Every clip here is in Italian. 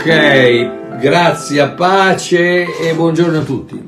Ok, grazie, pace e buongiorno a tutti.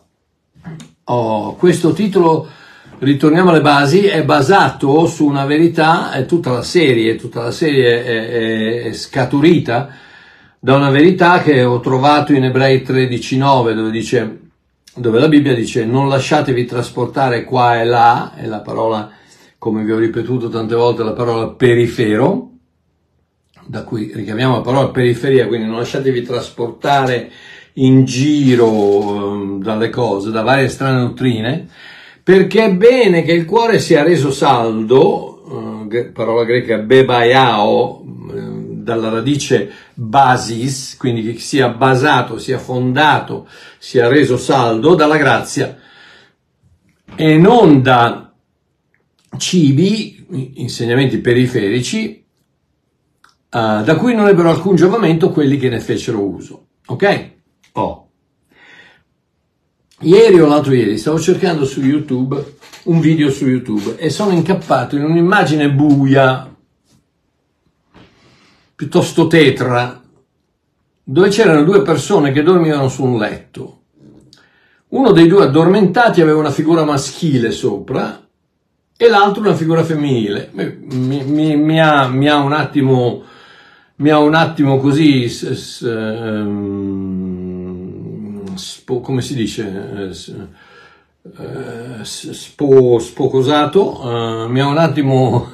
Questo titolo, ritorniamo alle basi, è basato su una verità, tutta la serie è scaturita da una verità che ho trovato in Ebrei 13:9, dove la Bibbia dice: non lasciatevi trasportare qua e là, e la parola, come vi ho ripetuto tante volte, la parola perifero, da cui richiamiamo la parola periferia, quindi non lasciatevi trasportare in giro dalle cose, da varie strane dottrine, perché è bene che il cuore sia reso saldo, parola greca bebaiao, dalla radice basis, quindi che sia basato, sia fondato, sia reso saldo dalla grazia, e non da cibi, insegnamenti periferici, da cui non ebbero alcun giovamento quelli che ne fecero uso. Ok? Ieri o l'altro ieri stavo cercando su YouTube un video su YouTube e sono incappato in un'immagine buia, piuttosto tetra, dove c'erano due persone che dormivano su un letto. Uno dei due addormentati aveva una figura maschile sopra e l'altro una figura femminile. Mi ha un attimo così, come si dice, spocosato, mi ha un attimo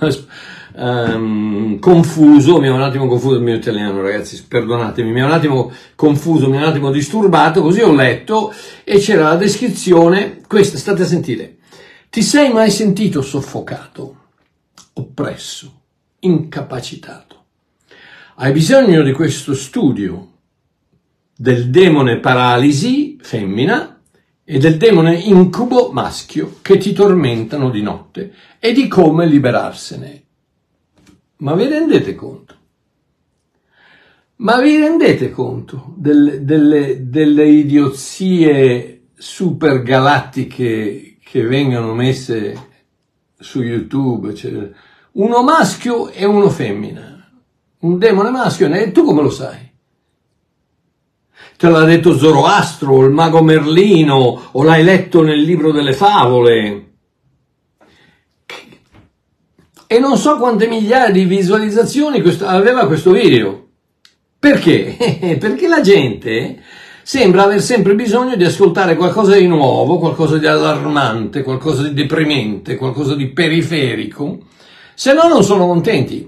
confuso il mio italiano, ragazzi, perdonatemi, mi ha un attimo confuso, mi ha un attimo disturbato, così ho letto e c'era la descrizione, questa, state a sentire: ti sei mai sentito soffocato, oppresso, incapacitato? Hai bisogno di questo studio del demone paralisi, femmina, e del demone incubo, maschio, che ti tormentano di notte, e di come liberarsene. Ma vi rendete conto? Ma vi rendete conto delle idiozie super galattiche che vengono messe su YouTube? Cioè, uno maschio e uno femmina. Un demone maschio, e tu come lo sai? Te l'ha detto Zoroastro, o il mago Merlino, o l'hai letto nel libro delle favole? E non so quante migliaia di visualizzazioni aveva questo video. Perché? Perché la gente sembra aver sempre bisogno di ascoltare qualcosa di nuovo, qualcosa di allarmante, qualcosa di deprimente, qualcosa di periferico, se no non sono contenti.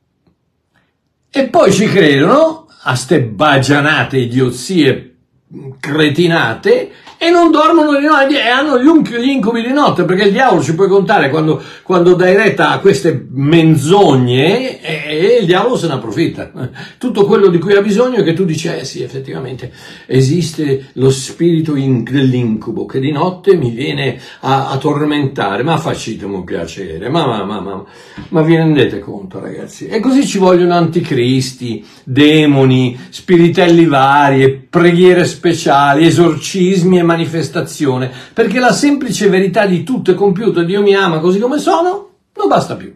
E poi ci credono a ste bagianate, idiozie, cretinate, e non dormono di notte, e hanno gli incubi di notte, perché il diavolo ci puoi contare quando dai retta a queste menzogne, e il diavolo se ne approfitta. Tutto quello di cui ha bisogno è che tu dici: sì, effettivamente esiste lo spirito dell'incubo che di notte mi viene a tormentare, ma facitemi un piacere, ma vi rendete conto, ragazzi? E così ci vogliono anticristi, demoni, spiritelli vari, preghiere speciali, esorcismi e manifestazione, perché la semplice verità di tutto è compiuto, Dio mi ama così come sono, non basta più.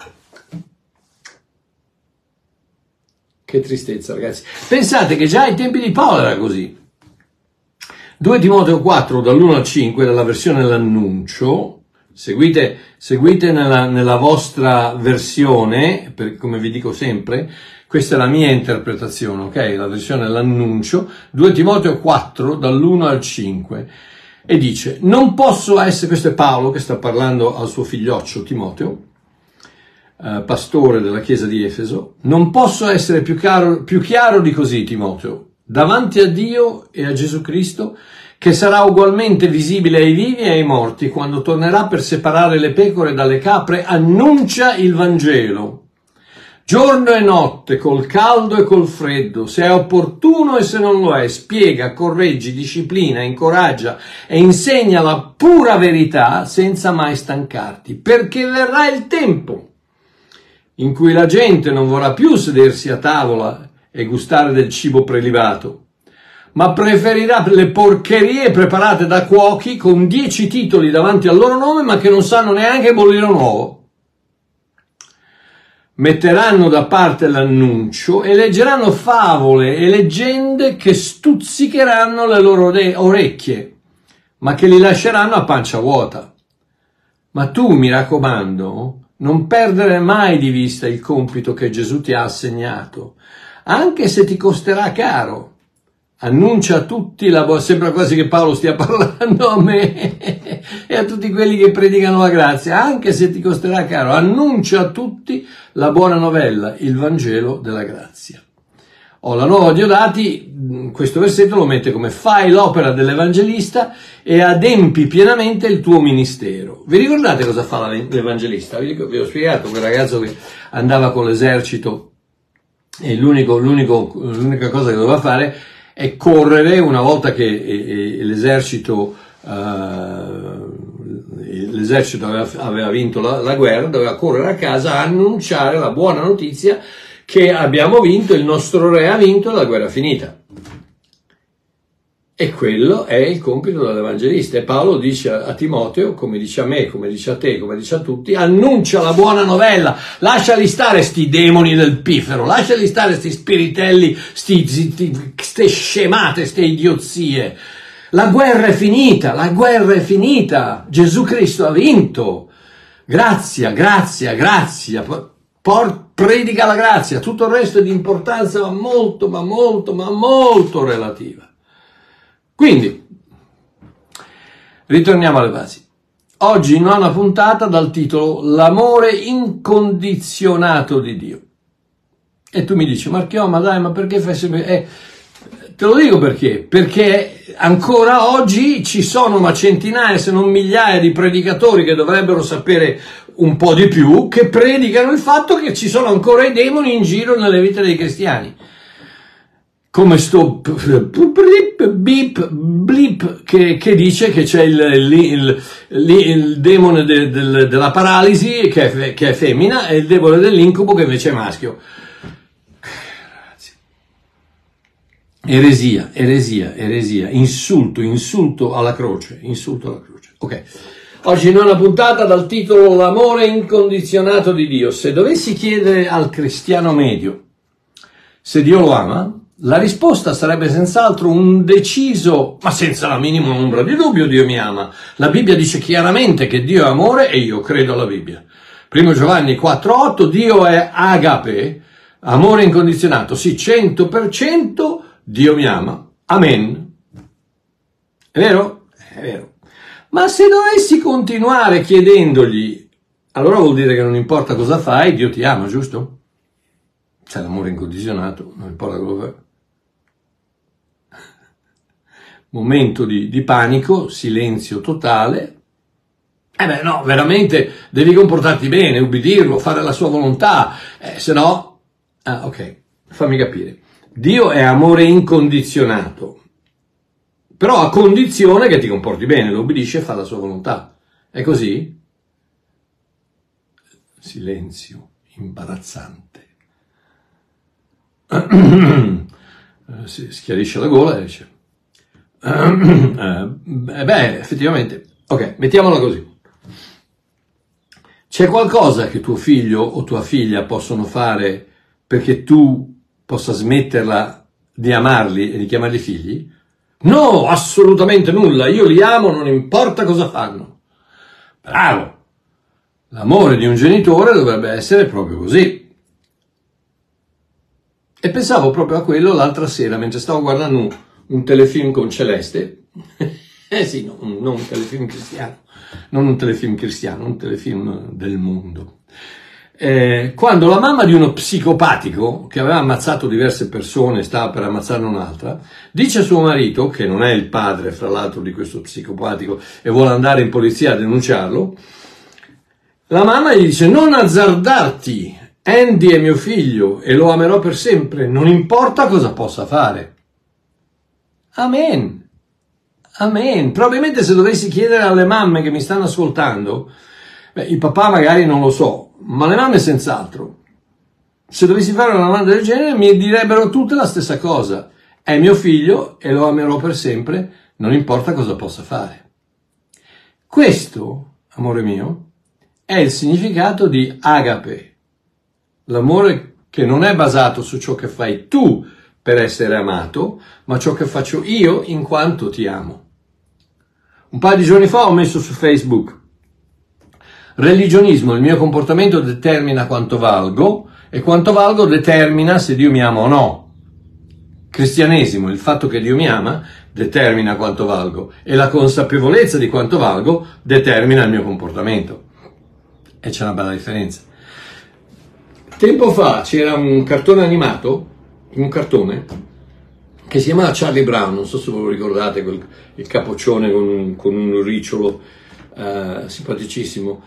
Che tristezza, ragazzi. Pensate che già ai tempi di Paolo era così. 2 Timoteo 4, dall'1 al 5, dalla versione L'Annuncio, seguite nella vostra versione, come vi dico sempre, questa è la mia interpretazione, ok? La versione L'Annuncio, 2 Timoteo 4, dall'1 al 5, e dice: non posso essere, questo è Paolo che sta parlando al suo figlioccio Timoteo, pastore della chiesa di Efeso: non posso essere più chiaro di così, Timoteo, davanti a Dio e a Gesù Cristo, che sarà ugualmente visibile ai vivi e ai morti quando tornerà per separare le pecore dalle capre. Annuncia il Vangelo giorno e notte, col caldo e col freddo, se è opportuno e se non lo è, spiega, correggi, disciplina, incoraggia e insegna la pura verità senza mai stancarti, perché verrà il tempo in cui la gente non vorrà più sedersi a tavola e gustare del cibo prelibato, ma preferirà le porcherie preparate da cuochi con 10 titoli davanti al loro nome, ma che non sanno neanche bollire un uovo. metteranno da parte l'annuncio e leggeranno favole e leggende che stuzzicheranno le loro orecchie, ma che li lasceranno a pancia vuota. Ma tu, mi raccomando, non perdere mai di vista il compito che Gesù ti ha assegnato, anche se ti costerà caro. Annuncia a tutti sembra quasi che Paolo stia parlando a me e a tutti quelli che predicano la grazia, anche se ti costerà caro, annuncia a tutti la buona novella, il Vangelo della grazia. La Nuova Diodati, questo versetto lo mette come: fai l'opera dell'evangelista e adempi pienamente il tuo ministero. Vi ricordate cosa fa l'evangelista? Vi ho spiegato, quel ragazzo che andava con l'esercito e l'unica cosa che doveva fare è correre una volta che l'esercito aveva vinto la guerra, doveva correre a casa a annunciare la buona notizia che abbiamo vinto, il nostro re ha vinto, la guerra è finita. E quello è il compito dell'evangelista. E Paolo dice a Timoteo, come dice a me, come dice a te, come dice a tutti: annuncia la buona novella, lasciali stare sti demoni del piffero, lasciali stare sti spiritelli, ste scemate, ste idiozie. La guerra è finita, la guerra è finita, Gesù Cristo ha vinto. Grazia, grazia, grazia. Predica la grazia, tutto il resto è di importanza ma molto relativa. Quindi, ritorniamo alle basi. Oggi nona puntata dal titolo L'amore incondizionato di Dio. E tu mi dici: Marchio, ma dai, ma perché fai sempre... Te lo dico perché ancora oggi ci sono ma centinaia se non migliaia di predicatori che dovrebbero sapere un po' di più, che predicano il fatto che ci sono ancora i demoni in giro nelle vite dei cristiani. Come sto blip che dice che c'è il demone della paralisi che è femmina e il demone dell'incubo che invece è maschio. Eresia, insulto alla croce, Ok. Oggi in una puntata dal titolo L'amore incondizionato di Dio. Se dovessi chiedere al cristiano medio se Dio lo ama, la risposta sarebbe senz'altro un deciso, ma senza la minima ombra di dubbio: Dio mi ama. La Bibbia dice chiaramente che Dio è amore e io credo alla Bibbia. 1 Giovanni 4,8, Dio è agape, amore incondizionato. Sì, 100%. Dio mi ama, amen. È vero? È vero. Ma se dovessi continuare chiedendogli, allora vuol dire che non importa cosa fai, Dio ti ama, giusto? C'è l'amore incondizionato, non importa cosa fai. Momento di panico, silenzio totale. No, veramente devi comportarti bene, ubbidirlo, fare la sua volontà, se no... ok, fammi capire. Dio è amore incondizionato, però a condizione che ti comporti bene, lo obbedisci e fa la sua volontà. È così? Silenzio imbarazzante. Si schiarisce la gola e dice: effettivamente, ok, mettiamola così. C'è qualcosa che tuo figlio o tua figlia possono fare perché tu possa smetterla di amarli e di chiamarli figli? No, assolutamente nulla. Io li amo, non importa cosa fanno. Bravo! L'amore di un genitore dovrebbe essere proprio così. E pensavo proprio a quello l'altra sera, mentre stavo guardando un telefilm con Celeste. Sì, non un telefilm cristiano. Non un telefilm cristiano, un telefilm del mondo. Quando la mamma di uno psicopatico che aveva ammazzato diverse persone e stava per ammazzarne un'altra, dice a suo marito, che non è il padre fra l'altro di questo psicopatico e vuole andare in polizia a denunciarlo, la mamma gli dice: non azzardarti, Andy è mio figlio e lo amerò per sempre, non importa cosa possa fare. Amen, amen. Probabilmente se dovessi chiedere alle mamme che mi stanno ascoltando, il papà magari non lo so, ma le mamme senz'altro. Se dovessi fare una domanda del genere mi direbbero tutte la stessa cosa: è mio figlio e lo amerò per sempre, non importa cosa possa fare. Questo, amore mio, è il significato di agape, l'amore che non è basato su ciò che fai tu per essere amato, ma ciò che faccio io in quanto ti amo. Un paio di giorni fa ho messo su Facebook: religionismo, il mio comportamento determina quanto valgo e quanto valgo determina se Dio mi ama o no. Cristianesimo, il fatto che Dio mi ama determina quanto valgo e la consapevolezza di quanto valgo determina il mio comportamento. E c'è una bella differenza. Tempo fa c'era un cartone animato, che si chiamava Charlie Brown, non so se ve lo ricordate, il capoccione con un ricciolo simpaticissimo.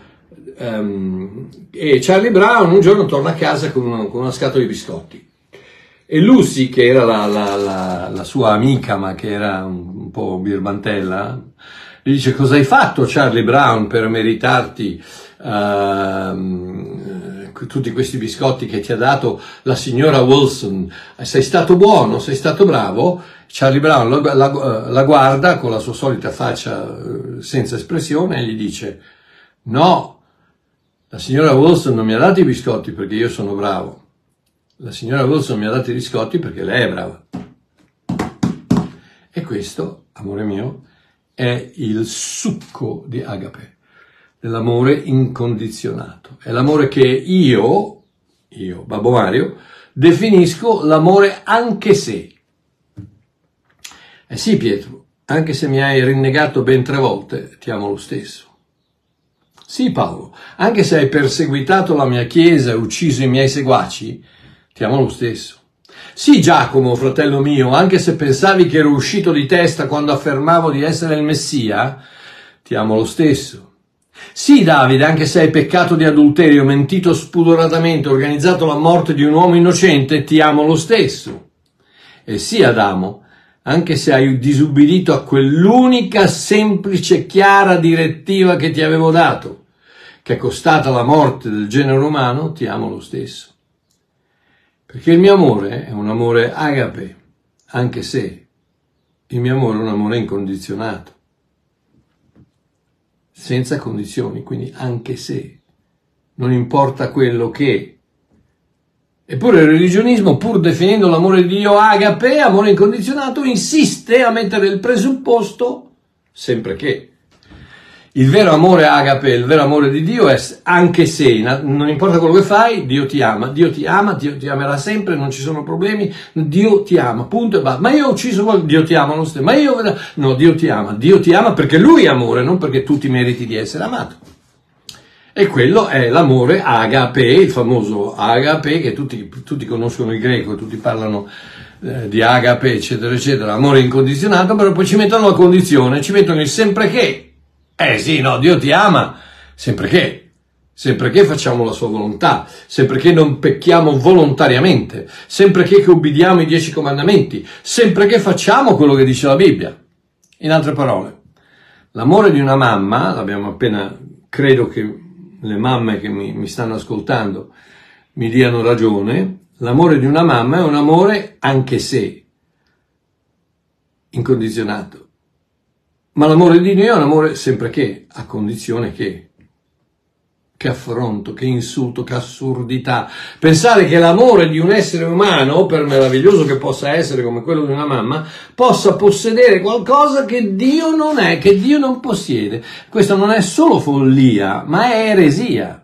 E Charlie Brown un giorno torna a casa con una scatola di biscotti. E Lucy, che era la sua amica, ma che era un po' birbantella, gli dice: cosa hai fatto, Charlie Brown, per meritarti tutti questi biscotti che ti ha dato la signora Wilson? Sei stato buono, sei stato bravo? Charlie Brown la guarda con la sua solita faccia senza espressione e gli dice: no, la signora Wilson non mi ha dato i biscotti perché io sono bravo. La signora Wilson mi ha dato i biscotti perché lei è brava. E questo, amore mio, è il succo di agape, dell'amore incondizionato. È l'amore che io, Babbo Mario, definisco l'amore anche se. Eh sì, Pietro, anche se mi hai rinnegato ben 3 volte, ti amo lo stesso. Sì, Paolo, anche se hai perseguitato la mia chiesa e ucciso i miei seguaci, ti amo lo stesso. Sì, Giacomo, fratello mio, anche se pensavi che ero uscito di testa quando affermavo di essere il Messia, ti amo lo stesso. Sì, Davide, anche se hai peccato di adulterio, mentito spudoratamente, organizzato la morte di un uomo innocente, ti amo lo stesso. E sì, Adamo, anche se hai disubbidito a quell'unica semplice chiara direttiva che ti avevo dato, che è costata la morte del genere umano, ti amo lo stesso. Perché il mio amore è un amore agape, anche se il mio amore è un amore incondizionato, senza condizioni, quindi anche se, non importa quello che. Eppure il religionismo, pur definendo l'amore di Dio agape, amore incondizionato, insiste a mettere il presupposto, sempre che. Il vero amore agape, il vero amore di Dio è anche se, non importa quello che fai, Dio ti ama, Dio ti amerà sempre, non ci sono problemi, Dio ti ama, punto e basta. Ma io ho ucciso qualcuno, Dio ti ama lo stesso, ma io, no, Dio ti ama perché Lui è amore, non perché tu ti meriti di essere amato. E quello è l'amore agape, il famoso agape, che tutti conoscono il greco, tutti parlano di agape, eccetera, eccetera, amore incondizionato, però poi ci mettono la condizione, ci mettono il sempre che. Sì, no, Dio ti ama sempre che facciamo la sua volontà, sempre che non pecchiamo volontariamente, sempre che ubbidiamo i 10 comandamenti, sempre che facciamo quello che dice la Bibbia. In altre parole, l'amore di una mamma, l'abbiamo appena, credo che le mamme che mi stanno ascoltando mi diano ragione, l'amore di una mamma è un amore anche se incondizionato. Ma l'amore di Dio è un amore sempre che, a condizione che affronto, che insulto, che assurdità. Pensare che l'amore di un essere umano, per meraviglioso che possa essere come quello di una mamma, possa possedere qualcosa che Dio non è, che Dio non possiede. Questa non è solo follia, ma è eresia.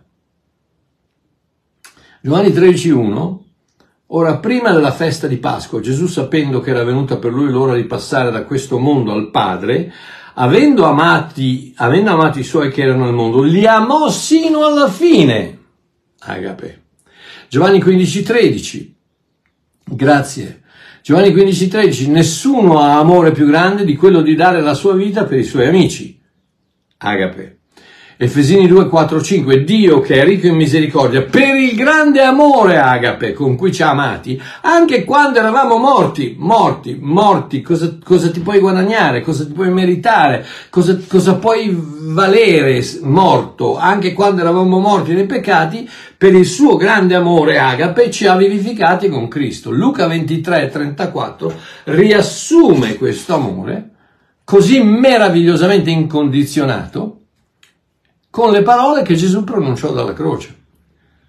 Giovanni 13,1. Ora, prima della festa di Pasqua, Gesù, sapendo che era venuta per lui l'ora di passare da questo mondo al Padre, avendo amato i suoi che erano nel mondo, li amò sino alla fine. Agape. Giovanni 15,13. Grazie. Giovanni 15,13. Nessuno ha amore più grande di quello di dare la sua vita per i suoi amici. Agape. Efesini 2, 4, 5, Dio che è ricco in misericordia, per il grande amore agape con cui ci ha amati, anche quando eravamo morti, cosa ti puoi guadagnare, cosa ti puoi meritare, cosa puoi valere morto, anche quando eravamo morti nei peccati, per il suo grande amore agape ci ha vivificati con Cristo. Luca 23, 34 riassume questo amore, così meravigliosamente incondizionato, con le parole che Gesù pronunciò dalla croce.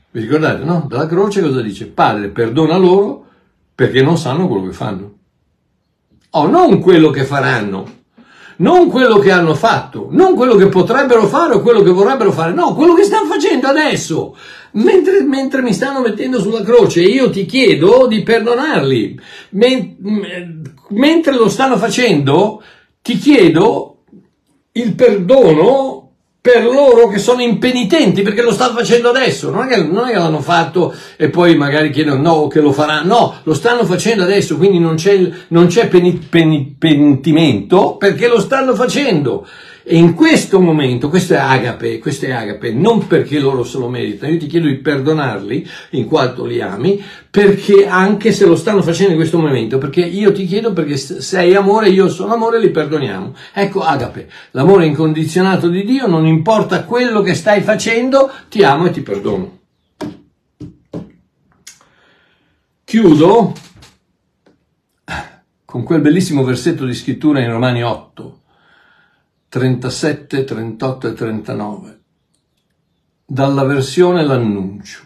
Vi ricordate, no? Dalla croce cosa dice? Padre, perdona loro perché non sanno quello che fanno. Oh, non quello che faranno, non quello che hanno fatto, non quello che potrebbero fare o quello che vorrebbero fare, no, quello che stanno facendo adesso. Mentre mi stanno mettendo sulla croce, io ti chiedo di perdonarli. Mentre lo stanno facendo, ti chiedo il perdono per loro che sono impenitenti, perché lo stanno facendo adesso, non è che l'hanno fatto e poi magari chiedono no, che lo faranno, no, lo stanno facendo adesso, quindi non c'è pentimento perché lo stanno facendo. E in questo momento, questo è agape, non perché loro se lo meritano, io ti chiedo di perdonarli in quanto li ami, perché anche se lo stanno facendo in questo momento, perché io ti chiedo, perché sei amore, io sono amore, li perdoniamo. Ecco agape, l'amore incondizionato di Dio, non importa quello che stai facendo, ti amo e ti perdono. Chiudo con quel bellissimo versetto di scrittura in Romani 8, 37, 38 e 39, dalla versione L'Annuncio.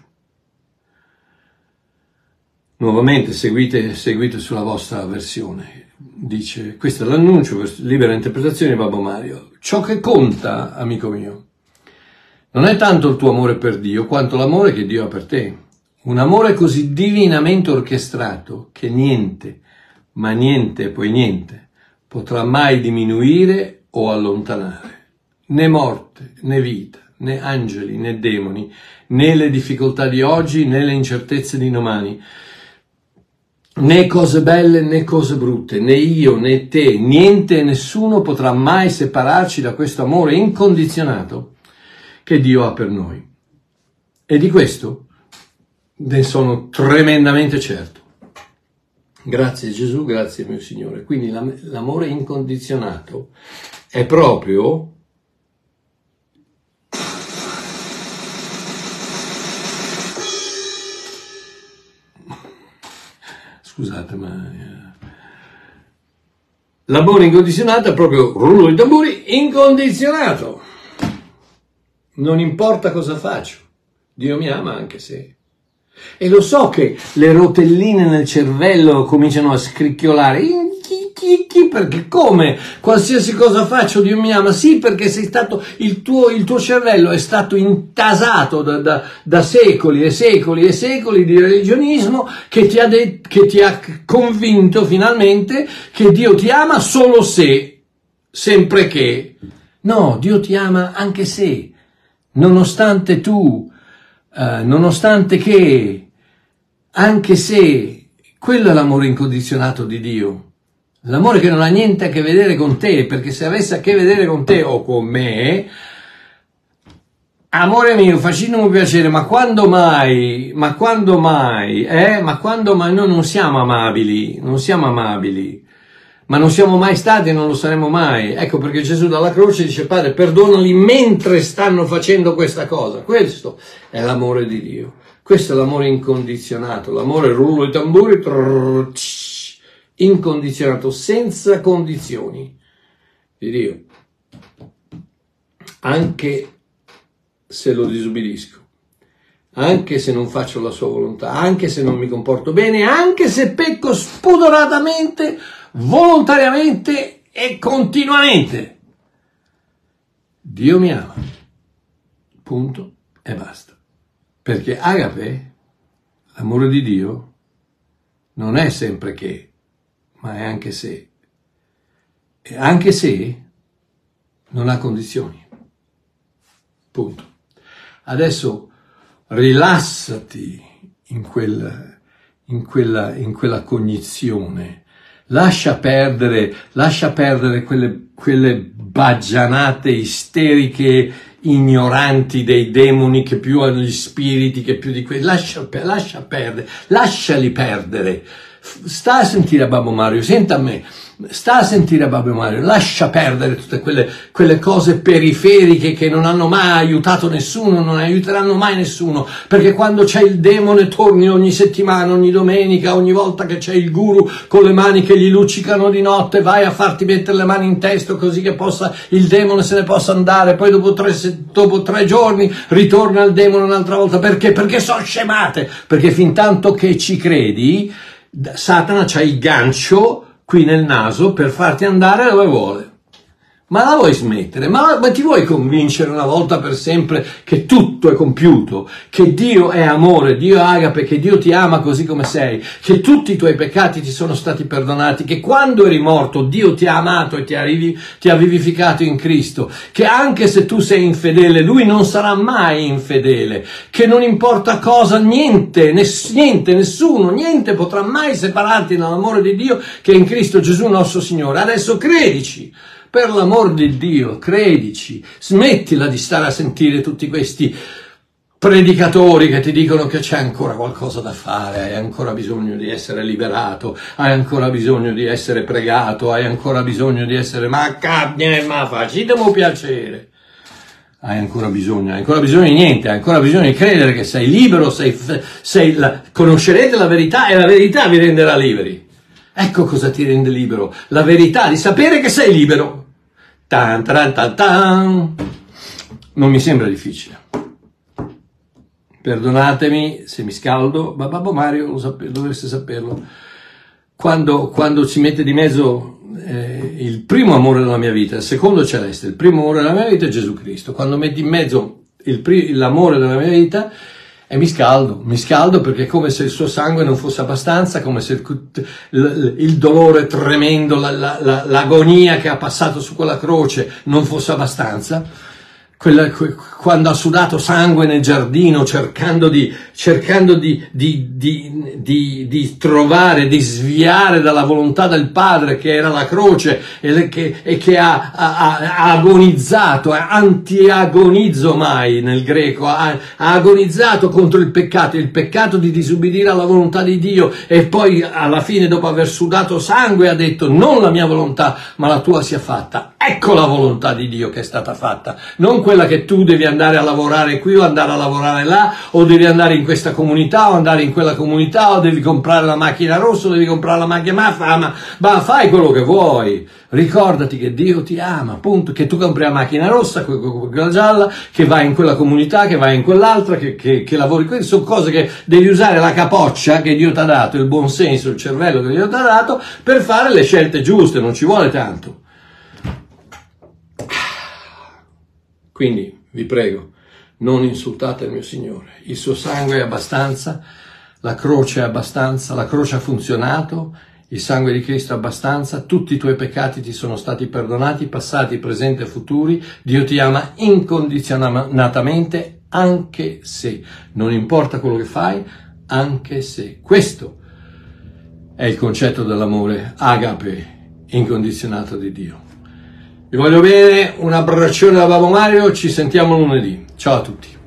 Nuovamente seguite sulla vostra versione. Dice, questo è l'annuncio, libera interpretazione di Babbo Mario. Ciò che conta, amico mio, non è tanto il tuo amore per Dio, quanto l'amore che Dio ha per te. Un amore così divinamente orchestrato che niente, ma niente e poi niente, potrà mai diminuire o allontanare, né morte, né vita, né angeli, né demoni, né le difficoltà di oggi, né le incertezze di domani, né cose belle, né cose brutte, né io, né te, niente e nessuno potrà mai separarci da questo amore incondizionato che Dio ha per noi. E di questo ne sono tremendamente certo. Grazie Gesù, grazie mio Signore. Quindi l'amore incondizionato è proprio scusate, ma l'amore incondizionato è proprio rullo di tamburi incondizionato. Non importa cosa faccio, Dio mi ama anche se. E lo so che le rotelline nel cervello cominciano a scricchiolare. Perché come? Qualsiasi cosa faccio Dio mi ama? Sì, perché sei stato, il tuo cervello è stato intasato da secoli e secoli e secoli di religionismo che ti ha convinto finalmente che Dio ti ama solo se, sempre che. No, Dio ti ama anche se, nonostante tu, nonostante che, anche se. Quello è l'amore incondizionato di Dio. L'amore che non ha niente a che vedere con te, perché se avesse a che vedere con te o con me, amore mio, facciamo piacere, ma quando mai noi non siamo amabili, ma non siamo mai stati e non lo saremo mai. Ecco perché Gesù dalla croce dice, Padre, perdonali mentre stanno facendo questa cosa. Questo è l'amore di Dio. Questo è l'amore incondizionato, l'amore rullo di tamburi, incondizionato, senza condizioni di Dio. Anche se lo disobbedisco, anche se non faccio la sua volontà, anche se non mi comporto bene, anche se pecco spudoratamente, volontariamente e continuamente. Dio mi ama. Punto e basta. Perché agape, l'amore di Dio, non è sempre che, ma è anche se. E anche se non ha condizioni. Punto. Adesso rilassati in quella cognizione. Lascia perdere quelle baggianate isteriche, ignoranti dei demoni che più hanno gli spiriti, che più di quelli. Lascia perdere, lasciali perdere. Sta a sentire a Babbo Mario, senta a me. sta a sentire Babbo Mario, lascia perdere tutte quelle cose periferiche che non hanno mai aiutato nessuno, non aiuteranno mai nessuno, perché quando c'è il demone torni ogni settimana, ogni domenica, ogni volta che c'è il guru con le mani che gli luccicano di notte, vai a farti mettere le mani in testa così che il demone se ne possa andare, poi dopo 3 giorni ritorna il demone un'altra volta, perché? Perché sono scemate, perché fin tanto che ci credi, Satana c'ha il gancio qui nel naso per farti andare dove vuole. Ma la vuoi smettere? Ma ti vuoi convincere una volta per sempre che tutto è compiuto, che Dio è amore, Dio è agape, che Dio ti ama così come sei, che tutti i tuoi peccati ti sono stati perdonati, che quando eri morto Dio ti ha amato e ti ha vivificato in Cristo, che anche se tu sei infedele Lui non sarà mai infedele, che non importa cosa, niente, nessuno, niente potrà mai separarti dall'amore di Dio che è in Cristo Gesù nostro Signore. Adesso credici. Per l'amor di Dio, credici, smettila di stare a sentire tutti questi predicatori che ti dicono che c'è ancora qualcosa da fare, hai ancora bisogno di essere liberato, hai ancora bisogno di essere pregato, hai ancora bisogno di essere ma facitemi piacere. Hai ancora bisogno di niente, hai ancora bisogno di credere che sei libero, conoscerete la verità e la verità vi renderà liberi. Ecco cosa ti rende libero, la verità di sapere che sei libero. Tan, tan, tan, tan. Non mi sembra difficile. Perdonatemi se mi scaldo, ma Babbo Mario dovreste saperlo. Quando ci mette di mezzo il primo amore della mia vita, il secondo celeste, il primo amore della mia vita è Gesù Cristo. Quando metti in mezzo l'amore della mia vita, e mi scaldo perché è come se il suo sangue non fosse abbastanza, come se il dolore tremendo, l'agonia che ha passato su quella croce non fosse abbastanza. Quando ha sudato sangue nel giardino cercando di trovare, di sviare dalla volontà del Padre che era la croce e che ha agonizzato, antiagonizzo mai nel greco, ha agonizzato contro il peccato di disubbidire alla volontà di Dio, e poi alla fine, dopo aver sudato sangue, ha detto non la mia volontà ma la tua sia fatta. Ecco la volontà di Dio che è stata fatta, non quella che tu devi andare a lavorare qui o andare a lavorare là, o devi andare in questa comunità o andare in quella comunità, o devi comprare la macchina rossa o devi comprare la macchina ma fai quello che vuoi. Ricordati che Dio ti ama, appunto, che tu compri la macchina rossa, quella gialla, che vai in quella comunità, che vai in quell'altra, che lavori qui. Sono cose che devi usare la capoccia che Dio ti ha dato, il buon senso, il cervello che Dio ti ha dato per fare le scelte giuste, non ci vuole tanto. Quindi vi prego, non insultate il mio Signore, il suo sangue è abbastanza, la croce è abbastanza, la croce ha funzionato, il sangue di Cristo è abbastanza, tutti i tuoi peccati ti sono stati perdonati, passati, presenti e futuri, Dio ti ama incondizionatamente, anche se, non importa quello che fai, anche se. Questo è il concetto dell'amore agape incondizionato di Dio. Vi voglio bene, un abbraccione da Babbo Mario, ci sentiamo lunedì. Ciao a tutti.